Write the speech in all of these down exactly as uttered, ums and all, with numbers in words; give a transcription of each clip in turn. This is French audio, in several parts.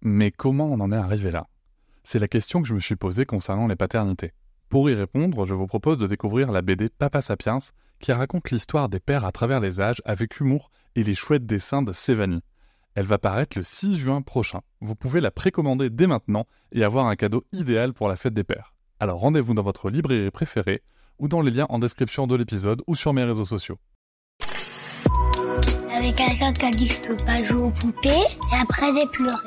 Mais comment on en est arrivé là ? C'est la question que je me suis posée concernant les paternités. Pour y répondre, je vous propose de découvrir la B D Papa Sapiens, qui raconte l'histoire des pères à travers les âges avec humour et les chouettes dessins de Sévanie. Elle va paraître le six juin prochain. Vous pouvez la précommander dès maintenant et avoir un cadeau idéal pour la fête des pères. Alors rendez-vous dans votre librairie préférée ou dans les liens en description de l'épisode ou sur mes réseaux sociaux. Avec quelqu'un qui a dit que je peux pas jouer aux poupées et après j'ai pleuré.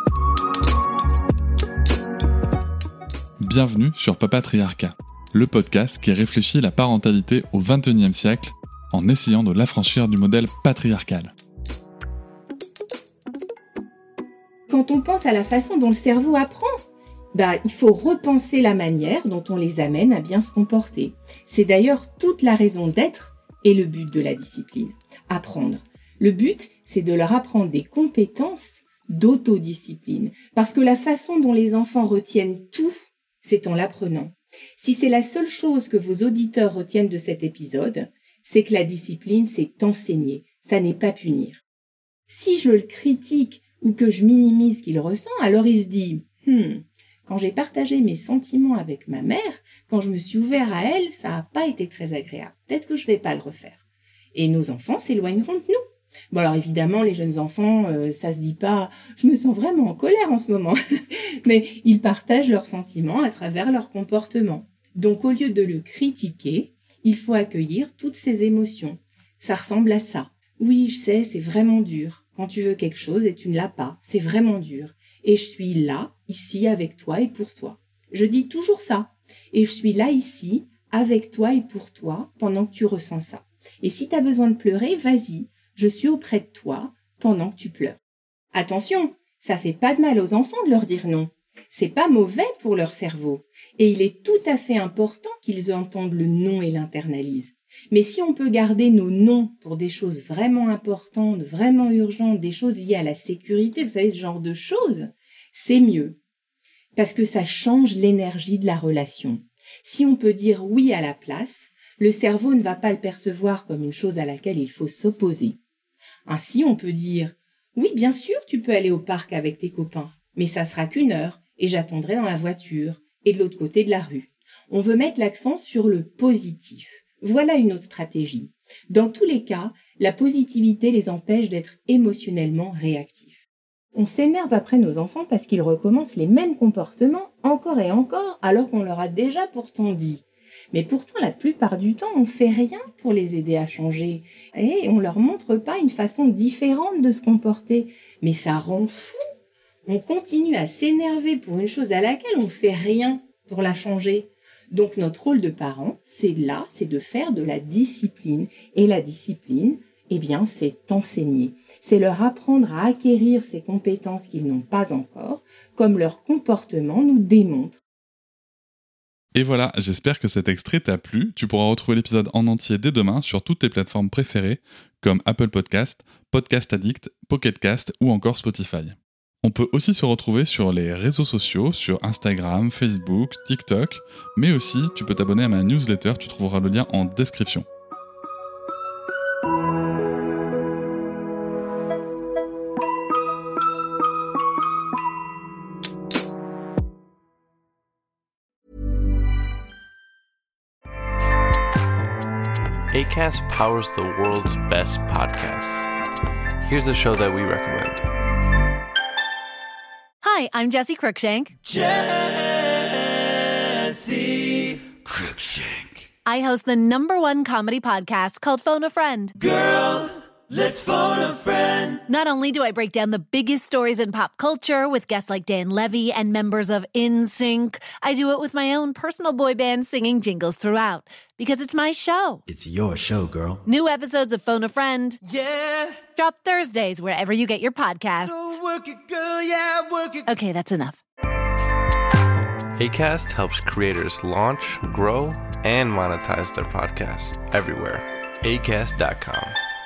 Bienvenue sur Papatriarcat, le podcast qui réfléchit la parentalité au vingt et unième siècle en essayant de l'affranchir du modèle patriarcal. Quand on pense à la façon dont le cerveau apprend, bah, il faut repenser la manière dont on les amène à bien se comporter. C'est d'ailleurs toute la raison d'être et le but de la discipline. Apprendre. Le but, c'est de leur apprendre des compétences d'autodiscipline. Parce que la façon dont les enfants retiennent tout, c'est en l'apprenant. Si c'est la seule chose que vos auditeurs retiennent de cet épisode, c'est que la discipline, c'est enseigner, ça n'est pas punir. Si je le critique ou que je minimise ce qu'il ressent, alors il se dit hmm, « quand j'ai partagé mes sentiments avec ma mère, quand je me suis ouvert à elle, ça n'a pas été très agréable. Peut-être que je ne vais pas le refaire. » Et nos enfants s'éloigneront de nous. Bon alors évidemment, les jeunes enfants, euh, ça se dit pas « je me sens vraiment en colère en ce moment », mais ils partagent leurs sentiments à travers leur comportement. Donc au lieu de le critiquer, il faut accueillir toutes ces émotions. Ça ressemble à ça. Oui, je sais, c'est vraiment dur. Quand tu veux quelque chose et tu ne l'as pas, c'est vraiment dur. Et je suis là, ici, avec toi et pour toi. Je dis toujours ça. Et je suis là, ici, avec toi et pour toi, pendant que tu ressens ça. Et si tu as besoin de pleurer, vas-y. Je suis auprès de toi pendant que tu pleures. Attention, ça fait pas de mal aux enfants de leur dire non. C'est pas mauvais pour leur cerveau. Et il est tout à fait important qu'ils entendent le non et l'internalisent. Mais si on peut garder nos noms pour des choses vraiment importantes, vraiment urgentes, des choses liées à la sécurité, vous savez, ce genre de choses, c'est mieux. Parce que ça change l'énergie de la relation. Si on peut dire oui à la place, le cerveau ne va pas le percevoir comme une chose à laquelle il faut s'opposer. Ainsi, on peut dire « Oui, bien sûr, tu peux aller au parc avec tes copains, mais ça sera qu'une heure et j'attendrai dans la voiture et de l'autre côté de la rue. » On veut mettre l'accent sur le positif. Voilà une autre stratégie. Dans tous les cas, la positivité les empêche d'être émotionnellement réactifs. On s'énerve après nos enfants parce qu'ils recommencent les mêmes comportements encore et encore alors qu'on leur a déjà pourtant dit. Mais pourtant, la plupart du temps, on fait rien pour les aider à changer. Et on leur montre pas une façon différente de se comporter. Mais ça rend fou. On continue à s'énerver pour une chose à laquelle on fait rien pour la changer. Donc notre rôle de parent, c'est là, c'est de faire de la discipline. Et la discipline, eh bien, c'est enseigner. C'est leur apprendre à acquérir ces compétences qu'ils n'ont pas encore, comme leur comportement nous démontre. Et voilà, j'espère que cet extrait t'a plu. Tu pourras retrouver l'épisode en entier dès demain sur toutes tes plateformes préférées, comme Apple Podcast, Podcast Addict, Pocket Cast ou encore Spotify. On peut aussi se retrouver sur les réseaux sociaux, sur Instagram, Facebook, TikTok, mais aussi tu peux t'abonner à ma newsletter, tu trouveras le lien en description. Acast powers the world's best podcasts. Here's a show that we recommend. Hi, I'm Jessie Cruikshank. Jessie Cruikshank. I host the number one comedy podcast called Phone a Friend. Girl, let's phone a friend. Not only do I break down the biggest stories in pop culture with guests like Dan Levy and members of N Sync, I do it with my own personal boy band singing jingles throughout. Because it's my show. It's your show, girl. New episodes of Phone a Friend Yeah. drop Thursdays wherever you get your podcasts. So work it, girl, yeah, work it. Okay, that's enough. Acast helps creators launch, grow, and monetize their podcasts everywhere. acast dot com.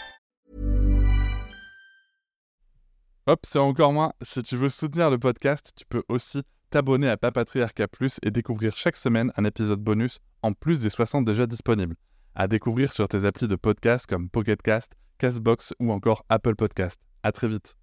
Hop, c'est encore moins. Si tu veux soutenir le podcast, tu peux aussi t'abonner à Papatriarcat Plus et découvrir chaque semaine un épisode bonus en plus des soixante déjà disponibles. À découvrir sur tes applis de podcast comme Pocket Cast, Castbox ou encore Apple Podcast. À très vite.